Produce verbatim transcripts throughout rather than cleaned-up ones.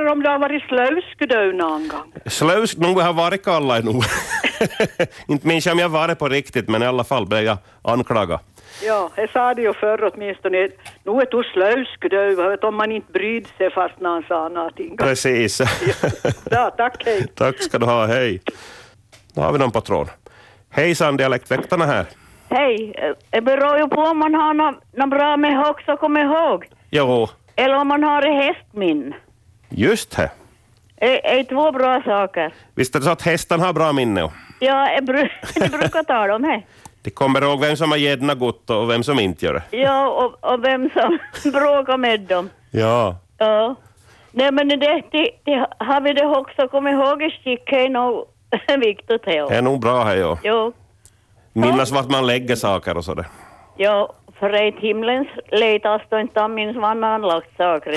undrar om det har varit slöskedöv någon gång. Slösk, nog har varit kallad nog. Inte minns jag om jag var det på riktigt, men i alla fall blev jag anklagad. Ja, jag sa det ju förr åtminstone. Nu är du slöskedöv, om man inte brydde sig fast när han sa någonting. Precis. Ja, tack, hej. Tack ska du ha, hej. Då har vi någon på tråd. Hejsan, dialektväktarna här. Hej, det beror ju på om man har något, något bra med hög så kom ihåg. Jo. Eller om man har ett hästmin. Just det. Det är två bra saker. Visst är det så att hästan har bra minne? Ja, jag, bru- jag brukar ta dem här. De kommer ihåg vem som har gett något gott och vem som inte gör det. Ja, och, och vem som bråkar med dem. Ja. Ja. Nej, men det, det, det har vi det också kommit ihåg i stick är nog viktigt här. Det är nog bra här, ja. Jo. Minnas vart man lägger saker och sådär. Ja, för att himlens letas då inte han minns vad man lagt saker.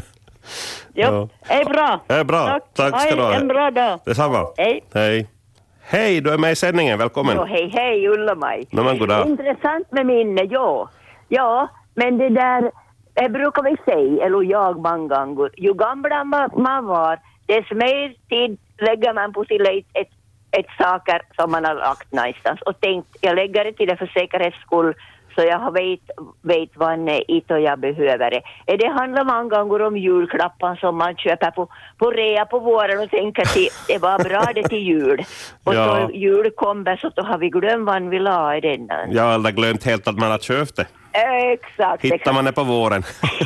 Jo, det är bra. Det är bra. Tack, Tack ska du ha. En bra dag. Detsamma. Hej. Hej. Hej, du är med i sändningen. Välkommen. Jo, hej, hej, Ulla-Maj. No, men goddag. Intressant med minne, ja. Ja, men det där, det brukar vi säga, eller jag många gånger, ju gamla man var, dess mer tid lägger man på sin ett, ett, ett saker som man har lagt någonstans. Och tänkt, jag lägger det till det för säkerhets skull, så jag vet, vet vad inte jag behöver det. Det handlar många gånger om julklappar som man köper på, på rea på våren och tänker att det var bra det till jul. Och ja. så jul kommer så då har vi glömt vad vi la i den. Ja, eller glömt helt att man har köpt det. Exakt. Hittar exakt. man det på våren.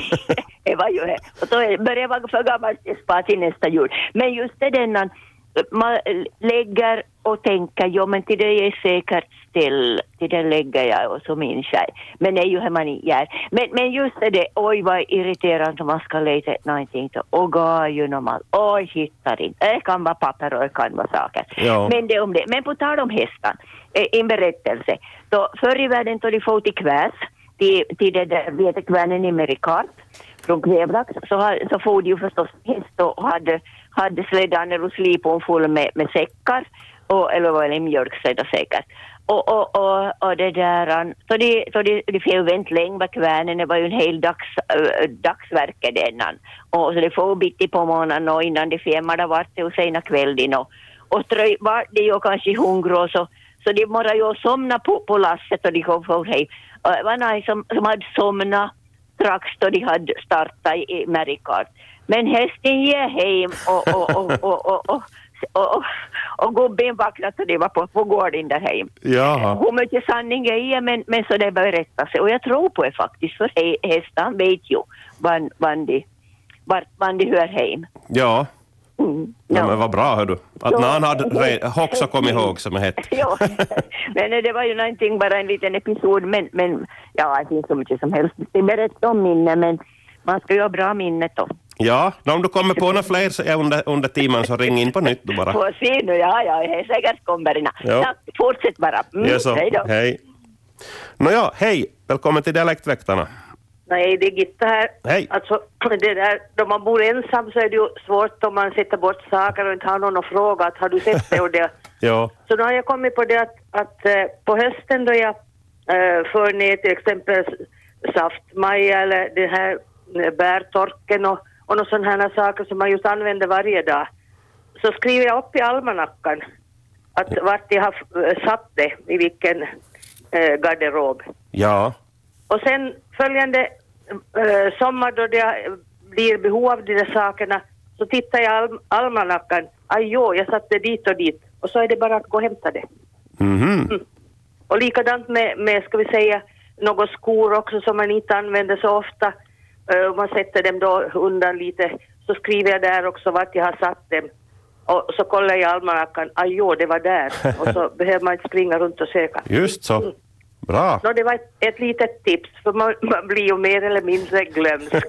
Det var ju det. Och då börjar jag vara för gammal till spara till nästa jul. Men just det denna, man lägger och tänker, jo men till det är säkert still, till det lägger jag och så minns jag. Men det är ju hur man gör. Men, men just det, oj vad irriterande man ska leta efter någonting. Och gå ju normalt, oj hittar inte. Det kan vara papper och det kan vara saker. Ja. Men det om det. Men på tal om hästan, en berättelse. Då, förr i världen tog de få till kväs, till, till det där vetekvärnen i Merikart från Kvävlax, så, har, så får de ju förstås häst och hade, hade släddan eller slipon full med, med säckar, och, eller var det mjölkslädda säkert. Och, och, och, och det där, så de, så de, de får vänt länge med kvärnen, det var ju en hel dags, äh, dagsverke denna. Och så de får bitti på morgonen och innan de femmade vart det och sena kvällen och, och tröj, var de ju kanske hungriga och så, så de morrar ju somna på, på lasset och de kom för hej. Och det var någon som, som hade somnat strax då de hade startat i Merikart. Men hästen ger hem och, och, och, och, och, och, och, och, och gubben vaknade så det var på, på gården där hem. Jaha. Hur mycket sanning är det, men, men så det berättar sig. Och jag tror på det faktiskt, för hästan vet ju var, var, de, var, var de hör hem. Ja. Mm. Ja, Ja. men vad bra, hör du. Att Så- när han hade re- också kom ihåg som är hett. Ja, men det var ju någonting, bara en liten episod, men, men ja, det finns så mycket som helst. Det berättar om minne, men man ska ju ha bra minnet då. Ja, om du kommer på några fler så är under, under timmen så ring in på nytt då bara. Får se nu, ja, ja, det är säkert kommer det. Ja. Tack, fortsätt bara. Mm, Ja, så. hej då. Hej. Nåja, hej. Välkommen till Dialektväktarna. Nej, det är Gitta här. Hej. Alltså, det där, då man bor ensam så är det ju svårt om man sätter bort saker och inte har någon att fråga att har du sett det och det. Ja. Så då har jag kommit på det att, att eh, på hösten då jag eh, för ner till exempel saftmaja eller det här eh, bärtorken och, och några sådana här saker som man just använder varje dag, så skriver jag upp i almanackan att vart jag har eh, satt det, i vilken eh, garderob. Ja. Och sen följande äh, sommar då det blir behov av de där sakerna, så tittar jag al- almanackan. Ajå, jag satte dit och dit. Och så är det bara att gå och hämta det. Mhm. Mm. Och likadant med, med, ska vi säga, några skor också som man inte använder så ofta. Äh, man sätter dem då undan lite. Så skriver jag där också vart jag har satt dem. Och så kollar jag almanackan. Ajå, det var där. Och så behöver man inte springa runt och söka. Just så. Mm. Bra. No, det var ett, ett litet tips, för man, man blir ju mer eller mindre glömsk.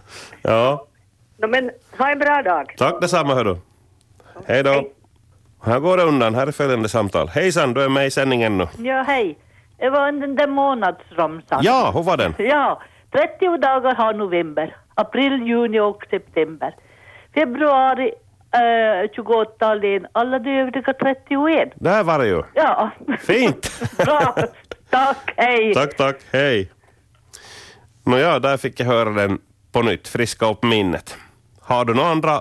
Ja. No, men ha en bra dag. Tack detsamma, hör du. Hej då. Hej. Här går det undan. Här är följande samtal. Hejsan, du är med i sändningen nu. Ja, hej. Det var den där månadsramsan. Ja, hur var den? Ja, trettio dagar har november, april, juni och september. Februari äh, tjugoåtta län, alla de övriga trettioett. Där var det ju. Ja. Fint. Bra, tack, hej. Tack, tack. Hej. Nåja, där fick jag höra den på nytt. Friska upp minnet. Har du några andra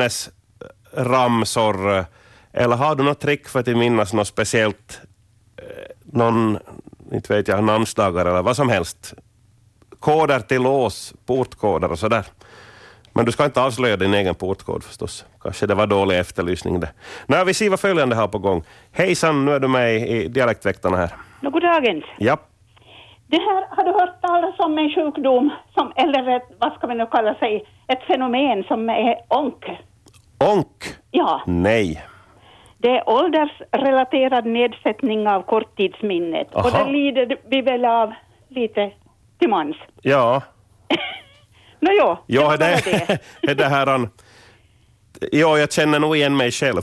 minnesramsor eller har du något trick för att minnas något speciellt, någon, inte vet jag, namnsdagar eller vad som helst? Koder till lås, portkoder och sådär. Men du ska inte avslöja din egen portkod förstås. Kanske det var dålig efterlysning det. Nej, vi ser vad följande här på gång. Hejsan, nu är du med i Dialektväktarna här. No, god dagens. Ja. Det här, har du hört talas om en sjukdom, som, eller ett, vad ska vi nu kalla sig, ett fenomen som är onk? Onk? Ja. Nej. Det är åldersrelaterad nedsättning av korttidsminnet. Aha. Och det lider vi väl av lite till mans. Ja. Nå jo, det Ja, var det, bara det. det, det här han... Ja, jag känner nog igen mig själv.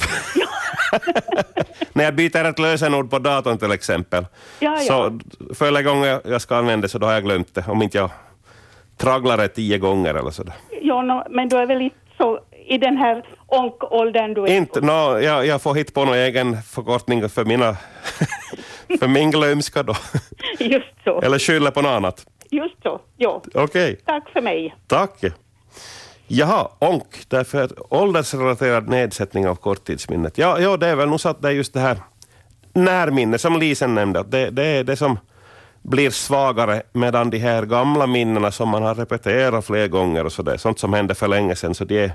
När jag byter ett lösenord på datorn till exempel. Ja, ja. Så förra gången jag ska använda det så då har jag glömt det. Om inte jag tragglar det tio gånger eller sådär. Ja, no, men du är väl inte så i den här onkåldern du är. Inte, no, jag, jag får hitta på någon egen förkortning för mina... för min glömska då. Just så. Eller skylla på något annat. Just så, ja. Okej. Okay. Tack för mig. Tack. Jaha, onk, därför att åldersrelaterad nedsättning av korttidsminnet. Ja, ja, det är väl nog så att det är just det här närminne som Lisen nämnde. Det, det är det som blir svagare medan de här gamla minnena som man har repeterat flera gånger och så där, sånt som hände för länge sedan, så de är,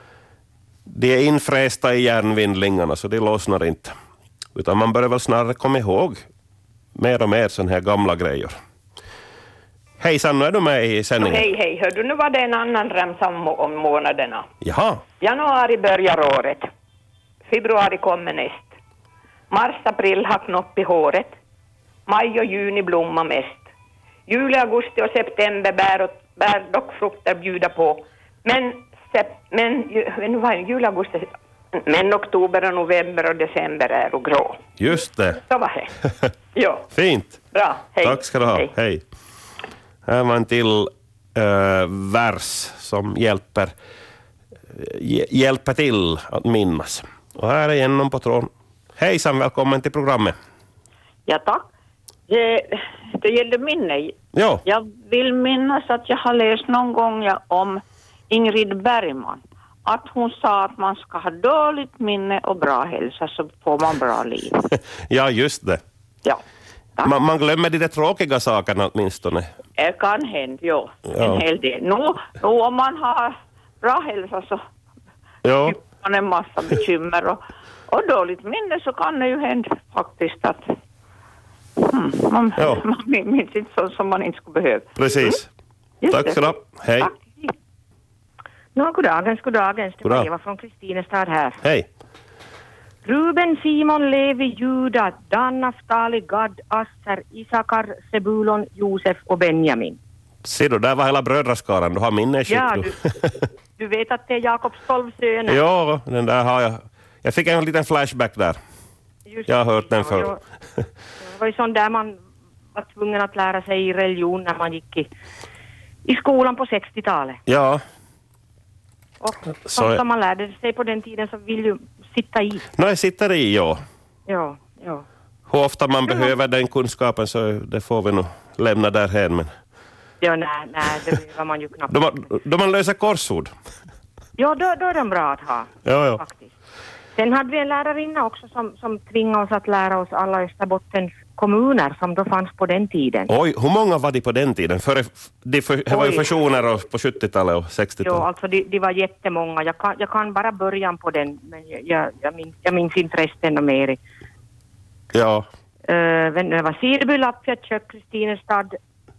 de är infrästa i hjärnvindlingarna så de lossnar inte. Utan man börjar väl snarare komma ihåg mer och mer sån här gamla grejer. Hejsan, nu är du med i sändningen. Hej, hej. Hör du, nu var det en annan ramsa om, om månaderna. Jaha. Januari börjar året. Februari kommer näst. Mars, april har knopp i håret. Maj och juni blommar mest. Juli, augusti och september bär, och, bär dock frukter bjuda på. Men, sep, men ju, vad är det? Juli, augusti, men oktober och november och december är och grå. Just det. Så var det. Ja. Fint. Bra, hej. Tack ska du ha. Hej. hej. Här var en till äh, vers som hjälper, hjälper till att minnas. Och här är igen någon på tråden. Hejsan, välkommen till programmet. Ja, tack. Det, det gäller minne. Ja. Jag vill minnas att jag har läst någon gång ja, om Ingrid Bergman. Att hon sa att man ska ha dåligt minne och bra hälsa så får man bra liv. Ja, just det. Ja. Man, man glömmer de där tråkiga sakerna åtminstone. Det kan hända, ja. Ja. En hel del. Nu, nu om man har bra hälsa så ja. har man en massa bekymmer. Och, och dåligt minne så kan det ju hända faktiskt att hmm, man, ja. man minns inte så som man inte skulle behöva. Precis. Mm. Tack så du. Hej. Tack. No, goddagens, goddagens. Det var Eva från Kristinestad här. Hej. Ruben, Simon, Levi, Juda, Dan, Naftali, Gad, Asser, Isakar, Sebulon, Josef och Benjamin. Ser du, där var hela brödraskaran. Du har minne Ja, du, du vet att det är Jakobs tolv söner. Ja, den där har jag. Jag fick en liten flashback där. Just jag har hört den förr. Ja, det var ju sån där man var tvungen att lära sig religion när man gick i, i skolan på sextiotalet. Ja. Och som, som man lärde sig på den tiden så vill ju sitta i. Nej, jag sitter i, ja. Ja, ja. Hur ofta man ja. behöver den kunskapen så det får vi nog lämna därhen. Men... Ja, nej, nej, det behöver man ju knappt. Då man, då man löser korsord. Ja, då, då är den bra att ha. Ja, ja. Faktiskt. Sen hade vi en lärarinna också som, som tvingade oss att lära oss alla Österbottens kommuner som då fanns på den tiden. Oj, hur många var de på den tiden? För, de för, det var ju fusioner på sjuttiotalet och sextiotalet. Ja, alltså de, de var jättemånga. Jag kan, jag kan bara början på den, men jag, jag, jag, minns, jag minns inte resten och mer. Ja. Uh, det var Sideby, Lappfjärt, Kristinestad, uh,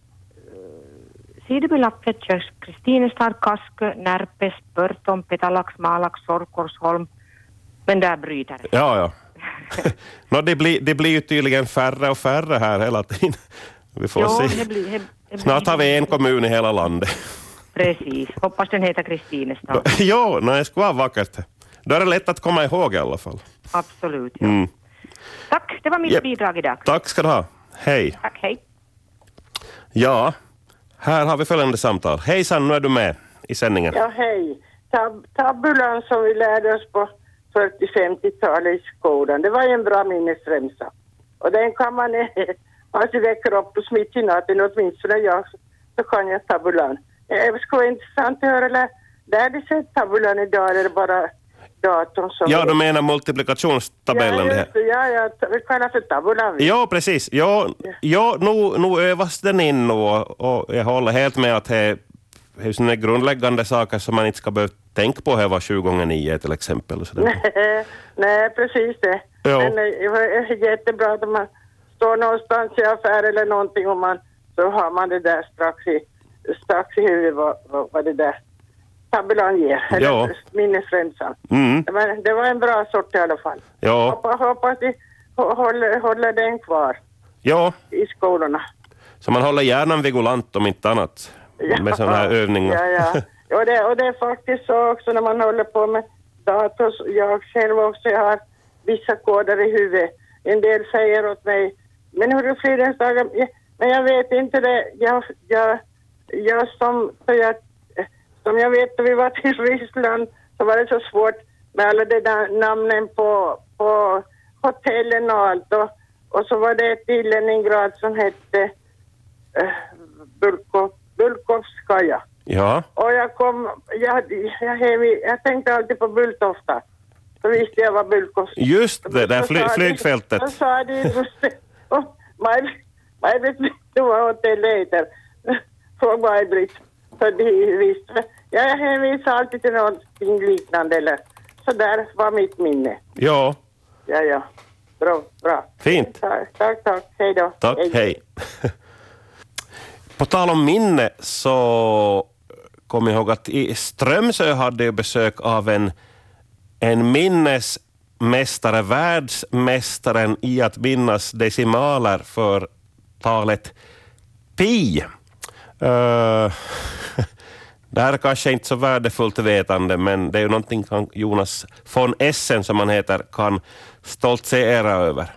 Sideby, Lappfjärt, Kristinestad, Kaskö, Närpes, Börton, Petalax, Malax, Sorkorsholm. Men där bryter det. Ja, ja. no, det, blir, det blir ju tydligen färre och färre här hela tiden. Vi får jo, se. Det blir, det, det Snart blir... har vi en kommun i hela landet. Precis. Hoppas den heter Kristinestad. Jo, nej, det ska vara vackert. Då är det lätt att komma ihåg i alla fall. Absolut, ja. Mm. Tack, det var mitt yep. bidrag idag. Tack ska du ha. Hej. Tack, hej. Ja, här har vi följande samtal. Hejsan, nu är du med i sändningen. Ja, hej. Tab- tabulan som vi lärde oss på fyrtio-femtiotalet i skolan, det var en bra minnesremsa. Och den kan man, alltså väcker upp och smitt i natten, åtminstone jag, så kan jag tabulan. Det skulle vara intressant att höra Där de sett tabulan idag är det bara datorn som... Ja, du menar multiplikationstabellen. Ja, just det. Ja, ja, vi kallar för tabulan. Ja, precis. Ja, ja nu, nu övas den in och, och jag håller helt med att det är sådana grundläggande saker som man inte ska behöva tänka på här var tjugo gånger nio till exempel. Nej, nej, precis det. Ja. Men det är jättebra att man står någonstans i affär eller någonting och man, så har man det där strax i, strax i huvudet vad, vad, vad det där tabulan ger. Eller Ja. minnesremsan. Mm. Men det var en bra sort i alla fall. Ja. Hoppas, hoppas de håller, håller den kvar Ja, i skolorna. så man håller hjärnan vigilant om inte annat med sådana här övningar. Ja, ja. Och, det, och det är faktiskt så också när man håller på med dator. Jag själv också, jag har vissa koder i huvudet. En del säger åt mig, men hur är fridens dagar? Ja, men jag vet inte det. Jag, jag, jag som, så jag, som jag vet, när vi var till Ryssland så var det så svårt med alla de där namnen på, på hotellen och allt. Och, och så var det ett i Leningrad som hette äh, Bulkov, Bulkovskaja. Ja. Och jag kom, jag, jag, jag, jag tänkte alltid på Bulltofta. Så visste jag vad Bulkovskaja. Just det, där fly, flygfältet. Så sa de, och Maj-Britt, du var hotellet heter. Från Maj-Britt. Så de visste. Jag hänvisar alltid till någonting liknande. Eller. Så där var mitt minne. Ja. Ja, ja. Bra, bra. Fint. Tack, tack. tack. Hej då. Tack, hej. hej. På tal om minne så kom jag ihåg att i Strömsö hade jag besök av en, en minnesmästare, världsmästaren i att minnas decimaler för talet pi. Uh, det här är kanske inte så värdefullt vetande, men det är ju någonting som Jonas von Essen, som han heter, kan stoltsera över.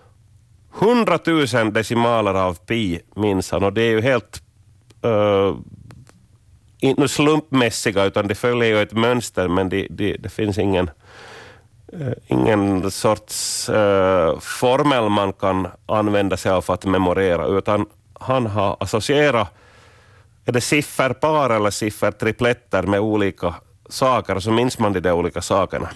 Hundratusen decimaler av pi minns han, och det är ju helt uh, inte slumpmässiga, utan det följer ju ett mönster, men det, det, det finns ingen uh, ingen sorts uh, formel man kan använda sig av för att memorera, utan han har associerat, är det sifferpar eller siffertripletter med olika saker, och så minns man de där olika sakerna.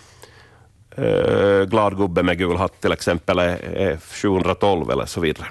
Uh, glad gubbe med gul hatt till exempel är, är sjuhundratolv eller så vidare.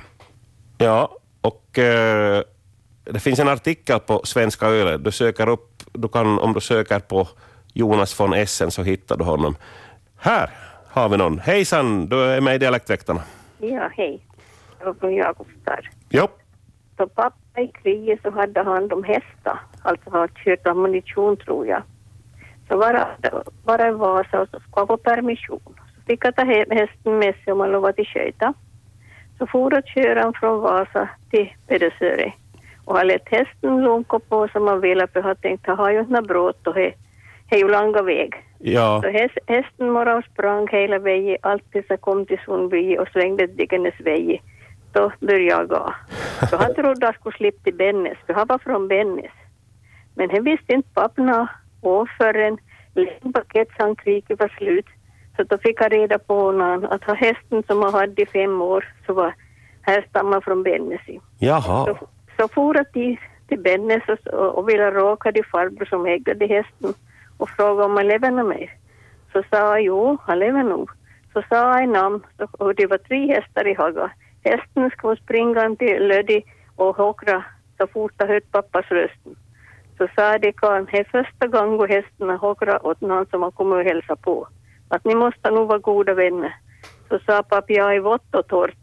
Ja, och uh, det finns en artikel på Svenska Yle. Du söker upp, du kan, om du söker på Jonas von Essen så hittar du honom. Här har vi någon. Hejsan, du är med i Dialektväktarna. Ja, hej. Jag var från Jakobstad. Jo. Så pappa i kriget så hade hand om hästar. Alltså har kört ammunition, tror jag. Så var det bara en Vasa och så ska jag få permission. Så fick jag ta hästen med sig om man lovade till Köjta. Så for att köra han från Vasa till Pedersöre. Och har lett hästen lunka på som man ville, för jag tänkte att jag har ju inte brått och det är ju långa väg. Ja. Så häst, hästen morgon sprang hela vägen, allt tills jag kom till Sundby och svängde Diggenes väg. Då började jag gå. Så han trodde att jag skulle slippa till Bennes, för han var från Bennes. Men han visste inte papporna och förrän längdpaketsankriget var slut. Så då fick jag reda på honom att ha hästen som jag hade i fem år så var här stammar från Bennes. Jaha. Så, så for jag till, till Bennes och, och ville råka till farbror som ägde hästen och fråga om han lever med mig. Så sa jag, jo, han lever nog. Så sa jag i namn, och det var tre hästar i Haga. Hästen skulle springa till Lödi och håkra så fort jag hört pappas rösten. Så sa det kan, det är första gången hästen har håkrat åt någon som har kommit och hälsa på. Att ni måste nog vara goda vänner. Så sa pappa, jag är vått och torrt.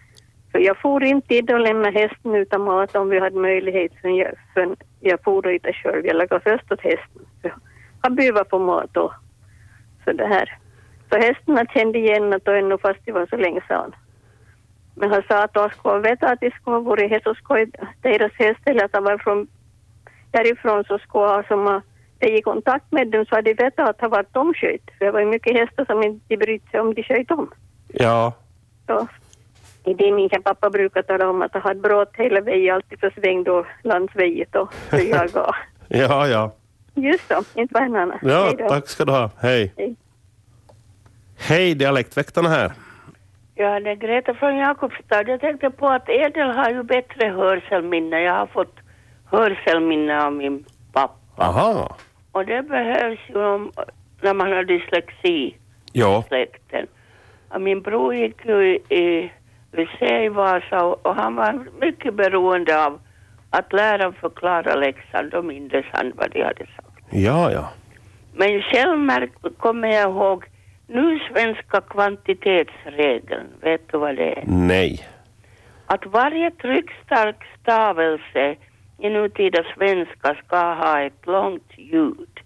Så jag får inte tid att lämna hästen utan mat om vi hade möjlighet. För jag, för jag får inte själv. Jag lägger först åt hästen. Så han behöver på mat då. Så det här. Så hästen kände igen att det ännu fast det var så länge sedan. Men han sa att de skulle veta att det skulle vara häst, så skulle deras häst eller att han var från därifrån, så skulle ha som det gick kontakt med dem så hade de vetat att han var omsköt. För det var mycket hästar som inte brydde sig om de sköt om. Ja. Så i det min pappa brukar tala om att han hade brott hela vägen, alltid för svängd och landsväget och så jag gav. Ja, ja. Just så, inte var en annan. Ja, tack ska du ha. Hej. Hej. Hej, Dialektväktarna här. Ja, det är Greta från Jakobstad. Jag tänkte på att Edel har ju bättre hörselminne. Jag har fått hörselminne av min pappa. Aha. Och det behövs ju om, när man har dyslexi. Ja. Släkten. Och min bror gick ju i, i lycée i Vasa och, och han var mycket beroende av att läraren förklara läxan. Då mindes han vad de hade sagt. Ja, ja. Men själv märk- kommer jag ihåg nu svenska kvantitetsregeln. Vet du vad det är? Nej. Att varje tryckstark stavelse i nutida svenska ska ha ett långt ljud.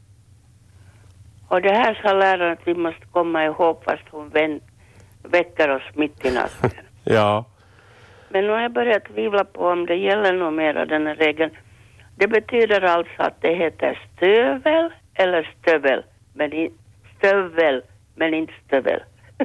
Och det här sa läraren att vi måste komma ihåg fast hon vän- väcker oss mitt i natten. Ja. Men nu har jag börjat tvivla på om det gäller nog mera den här regeln. Det betyder alltså att det heter stövel eller stövel. Men i, stövel, men inte stövel.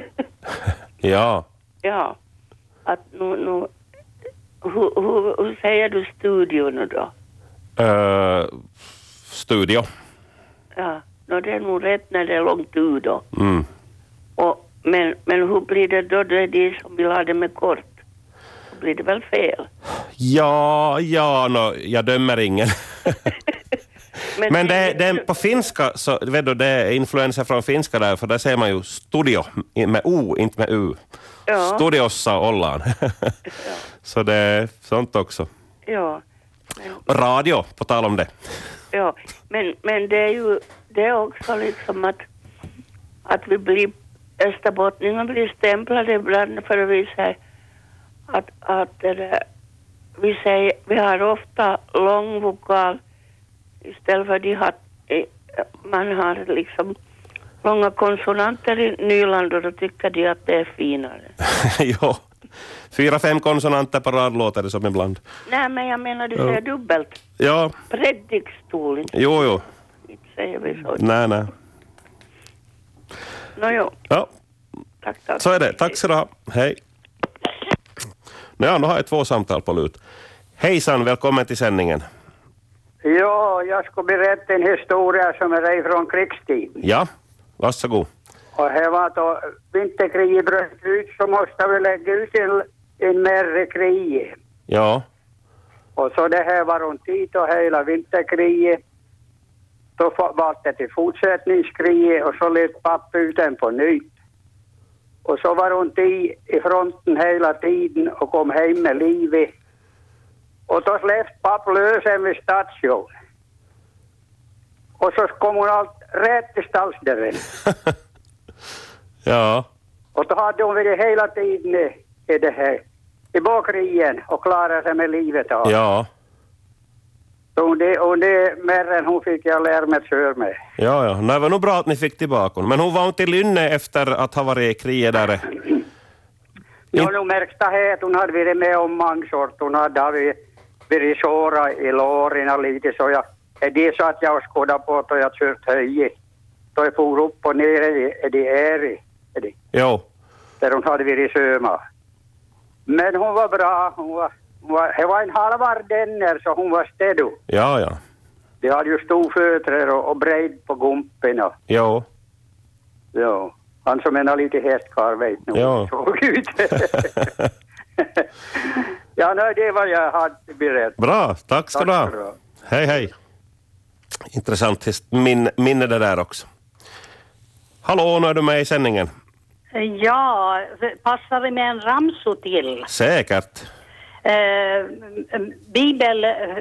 Ja. Ja. Att nu, nu hur, hur, hur säger du studio nu då? Uh, studio. Ja, no, det är nog rätt när det är långt ut då. Mm. Och, men, men hur blir det då? Det är de som vill ha det med kort. Då blir det väl fel? Ja, ja, no, jag dömer ingen. Men, Men det, det är på finska, så vet du, det är influenser från finska där, för där säger man ju studio med O, inte med U. Ja. Studiossa ollaan. Ja. Så det är sånt också. Ja. Men, radio, på tal om det. Ja, men, men det är ju det är också liksom att, att vi blir, österbottningar blir stämplade ibland för att vi säger att, att det där, vi säger, vi har ofta lång vokal istället för de har, man har liksom långa konsonanter i Nyland och då tycker de att det är finare. Jo, fyra, fem konsonanter per rad låter det som ibland. Nej, men jag menar du säger dubbelt. Ja. Predikstol. Jo, jo. Inte säger vi så. Nej, nej. Nå jo. Ja. Tack, tack. Så är det. Tack så du ha. Hej. Ja, nu har jag två samtal på lut. Hejsan, välkommen till sändningen. Ja, jag ska berätta en historia som är från krigstid. Ja, varsågod. Och här var då vinterkriget bröt ut, så måste vi lägga ut en, en mer krig. Ja. Och så det här var runt tid och hela vinterkriget. Då var det till fortsättningskriget och så lät pappa ut den på nytt. Och så var hon tid i fronten hela tiden och kom hem med livet. Och då släppte pappa lösen vid station. Och så kom hon allt rätt till stallsdörren. Ja. Och då hade hon varit hela tiden i det här, i bakrigen och klarade sig med livet av. Ja. Och det, och det mer än hon fick jag lära mig att köra med. Ja, ja. Det var nog bra att ni fick tillbaka hon. Men hon var inte i Lynne efter att ha varit i kriget där. Ja, nu märks det här att hon hade varit med om mangsort. Hon hade varit, varit såra i låren lite så jag... Det så att jag skådade på att jag kört höj. Då jag for upp och ner är det är det. Jo. Där hon hade varit söma. Men hon var bra. Hon var, hon var, det var en halvardänner så hon var städo. Ja, ja. De hade ju storfötter och, och bred på gumpen. Och, jo. Ja. Han som är lite hästkar vet nog. Ja. Såg ut. Ja, nej, det var jag hade berättat. Bra, tack ska du ha. Hej, hej. Intressant min, minne det där också. Hallå, nu är du med i sändningen. Ja, passar det med en ramso till? Säkert. Eh, bibel, eh,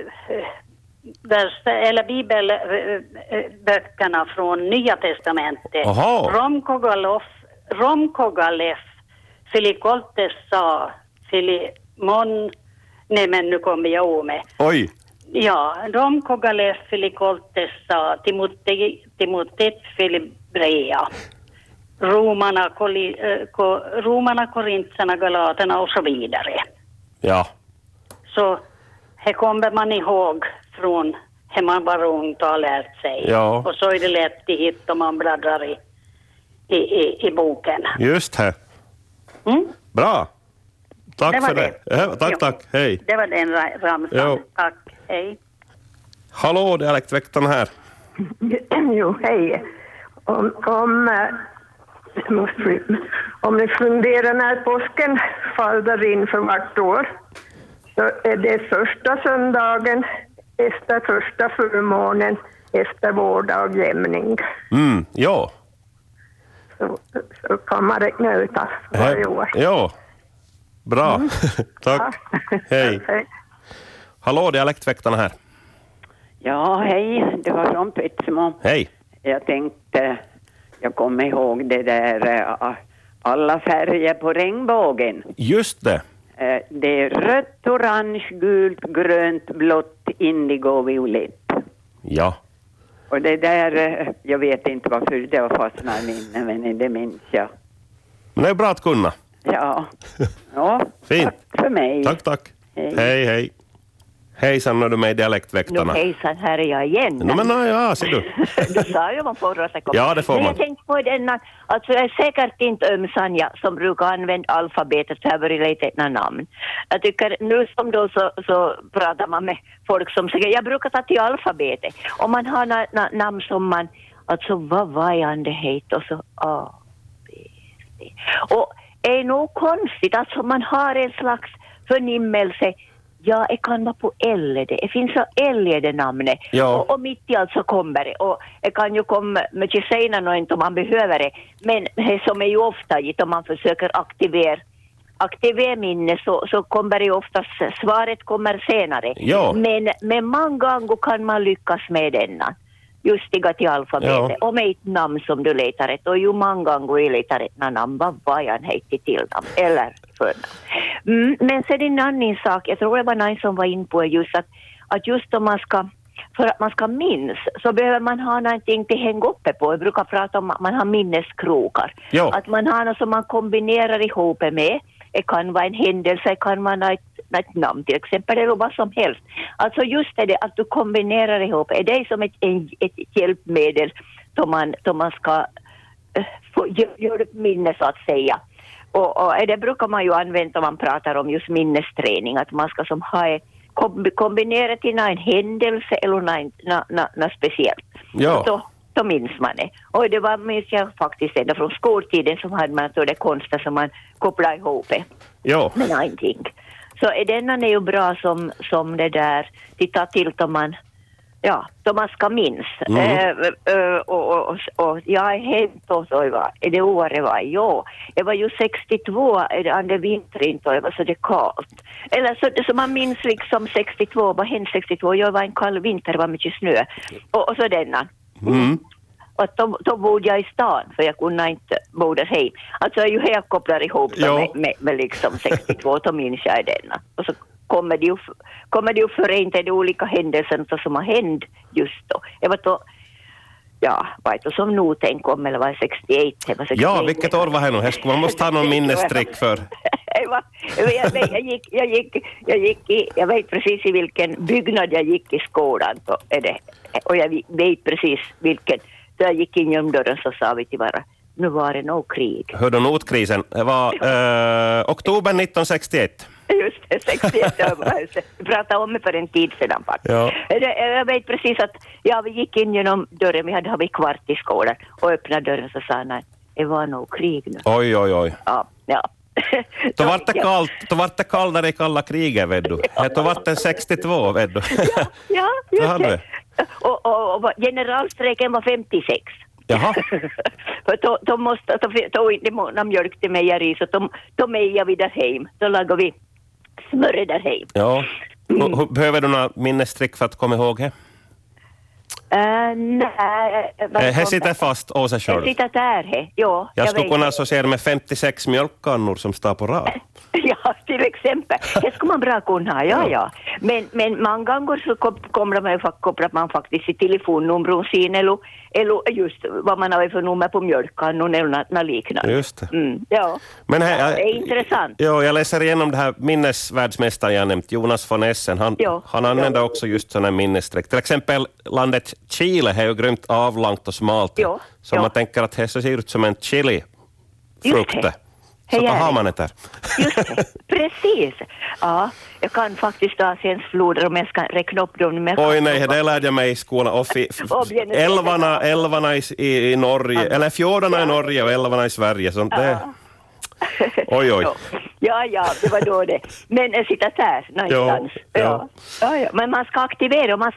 eller bibelböckerna från Nya testamentet. Aha. Romkogalof, Romkogalef, Filikoltes sa, Filimon, nej men nu kommer jag ihåg med. Oj. Ja, Romkogalef, Filikoltes sa, Timote, Timotet, Filibrea. Romarna, koli, eh, ko, romarna, korinterna, galaterna och så vidare. Ja. Så här kommer man ihåg från hur man var ung och har lärt sig. Ja. Och så är det lätt att hitta om man bläddrar i, i, i, i boken. Just det. Mm? Bra. Tack det för det. det. Ja, tack, jo. tack. Hej. Det var den ramsan. Jo. Tack. Hej. Hallå, dialektväktarna här. Jo, hej. Om, om, om ni funderar när påsken faller in för vart år, så är det första söndagen efter första fullmånen efter vårdag och jämning. Mm, ja. Så, så kan man räkna ut varje år. Ja, bra. Mm. Tack. Ja. Hej. Hej. Hallå, dialektväktarna här. Ja, hej. Det var från Petsmo. Hej. Jag tänkte, jag kommer ihåg det där äh, alla färger på regnbågen. Just det. Äh, det är rött, orange, gult, grönt, blått, indigo, violett. Ja. Och det där, äh, jag vet inte varför det var fastnat i minne, men det minns jag. Men det är bra att kunna. Ja. Ja. Fint. Tack för mig. Tack, tack. Hej. Hej, hej. Hejsan, när du är med i dialektväktarna. Nu hejsan, här är jag igen. No, men nej, ja, ser du. Du sa ju man får återkomma. Ja, det får men man. jag tänkte på denna, alltså jag är säkert inte ömsanja som brukar använda alfabetet för att börja leta ett namn. Jag tycker nu som då så, så pratar man med folk som säger, jag brukar ta till alfabetet. Och man har na, na, namn som man, alltså vad var det heter och så A, B, C. Och är nog konstigt, alltså man har en slags förnimmelse. Ja, det kan vara på L. Det finns så L i det namnet. Ja. Och, och mitt i allt så kommer det. Och det kan ju komma mycket senare inte om man behöver det. Men det som är ju ofta gitt om man försöker aktivera aktivera minne så, så kommer det ju oftast, svaret kommer senare. Ja. Men, men många gånger kan man lyckas med denna. Just stiga till alfabetet. Ja. Och med ett namn som du letar ett. Och ju många gånger jag letar ett namn. Vad var jag heter till namn? Eller förnamn. Mm, men sen en annan sak. Jag tror det var någon som var in på just att, att just om man ska, för att man ska minns så behöver man ha någonting till hänga uppe på. Jag brukar prata om att man har minneskrokar. Ja. Att man har något som man kombinerar ihop med. Det kan vara en händelse, det kan vara ett, ett namn till exempel eller vad som helst. Alltså just det att du kombinerar ihop. Är det som ett, ett hjälpmedel som man, som man ska uh, få göra ett minne så att säga. Och, och det brukar man ju använda om man pratar om just minnesträning. Att man ska som ha kombinera till en händelse eller något, något, något speciellt. Ja. Så, då minns man det. Och det var minns jag faktiskt ända från skoltiden som hade man så det konsta som man kopplade ihop det. Ja. Med någonting. Så denna är ju bra som, som det där titta till då man ja, då man ska minns. Mm. Uh, uh, och, och, och, och jag är helt och så var det året var ja. Det var ju sextiotvå under vintern och det var så det kallt. Eller så, så man minns liksom sextiotvå, vad hände sextiotvå? Jag var en kall vinter, det var mycket snö. Och, och så denna. Mm. Och då, då bodde jag i stan för jag kunde inte bo där hem. Alltså jag är ju helt kopplad ihop Ja. med, med, med liksom sextiotvå, då minns jag denna. Och så kommer det ju, kommer det ju förenta de olika händelserna som har hänt just då. Jag var då, ja, vad heter som noten kom eller var det sextioåtta? Det var sextioåtta. Ja, vilket år var det nu? Här skulle man måste ha någon minnestrick för. jag, var, jag, vet, jag, gick, jag, gick, jag gick i, jag vet precis i vilken byggnad jag gick i skolan då är det. Och jag vet precis vilken. Då jag gick in genom dörren så sa vi till varandra, nu var det nog krig. Hörde notkrisen. Det var eh, oktober nittonhundrasextioett. Just det, sextioett. Jag pratade om det för en tid sedan. Ja. Jag vet precis att ja, vi gick in genom dörren, vi hade, hade vi kvart i skolan och öppnade dörren så sa han, det var nog krig nu. Oj, oj, oj. Ja, ja. Då var det kallt, då var det kallare i kalla kriget, vet du. Då var det sextiotvå, vet du. Ja, ja Så just hade det. Och, och, och generalstrejken var femtiosex. Jaha. För då, då måste, då, då inte många mjölk till mejeri så då, då mejade vi där hem. Då lagade vi smör där hem. Ja. Mm. Och, behöver du några minnestrick för att komma ihåg det? Uh, nej. Här sitter fast av sig själv. Jag sitter där, he. Ja, jag, jag skulle vet. kunna associera med femtiosex mjölkkannor som står på rad. Ja, till exempel. Det skulle man bra kunna ha, ja, ja. Men, men många gånger så kommer man, kopplar man faktiskt i telefonnumren sin eller, eller just vad man har för nummer på mjölkkannon eller något, något liknande. Just det. Mm, ja. Men här, ja, det är intressant. Ja, jag läser igenom det här minnesvärldsmästaren jag nämnt, Jonas von Essen. Han, ja. han använder ja. också just sådana minnesstreck. Till exempel landet Chile är ju grymt avlångt och smalt. Ja. Så ja. man tänker att det ser ut som en chili-frukt. Så då har man det där. Just det, precis. Ja, jag kan faktiskt Asiens floder om jag ska räkna upp dem. Oj nej, det lärde jag mig i skolan. Och fi, älvarna, älvarna i, i, i Norge, ja. eller fjordarna ja. i Norge och älvarna i Sverige. Sånt ja. det. Oj, oj. Ja, ja, det var då det. Men jag sitter där någonstans. Ja. Ja. Ja. Ja, men man ska aktivera och man ska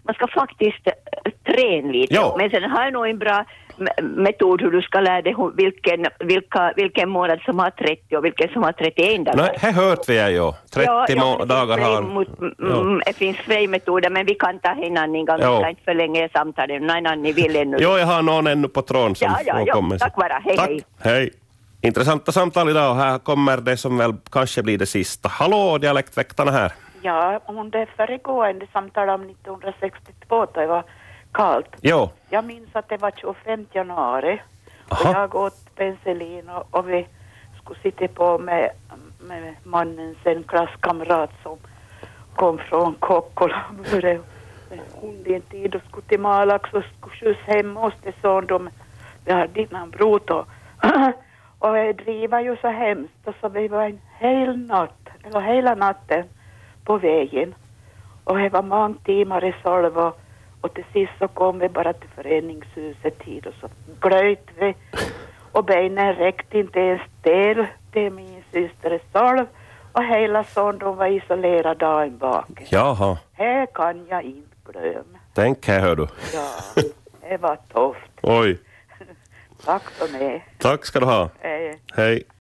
man ska faktiskt äh, träna lite. Ja. Men sen har jag nog en bra m- metod hur du ska lära dig hur- vilken, vilka, vilken månad som har trettio och vilken som har trettioen dagar. Nej, här hört vi är ju. trettio Ja, ja, må- det dagar finns har... fler mot- m- Ja. m- Det finns fler metoder, men vi kan ta en annan gång. Vi Ja. ska inte förlänga samtalet. Nej, nej, ni vill ännu. Jo, jag har någon ännu på tråden som Ja, ja, får ja. komma. Tack bara. Hej, Tack. hej. Hej. Intressanta samtal idag och här kommer det som väl kanske blir det sista. Hallå, dialektväktarna här. Ja, om det föregående samtal om nittonhundrasextiotvå då det var kallt. Jo. Jag minns att det var tjugofemte januari. Aha. Och jag åt penicillin och, och vi skulle sitta på med, med mannens en klasskamrat som kom från Kokkola. Hon i en tid och skulle till Malax och skulle skjuts hem hos det son de vi hade innan brot och och det driver ju så hemskt och så vi var en hel natt eller hela natten på vägen och det var många timmar i solv och, och till sist så kom vi bara till föreningshuset tid och så glöjt vi och benen räckte inte ens till till min syster i solv och hela son de var isolerade dagen bak. Jaha, Det kan jag inte glömma. tänk här hör du. Ja, det var tufft. Oj, Tack för mig. tack ska du ha. Hej. Hej.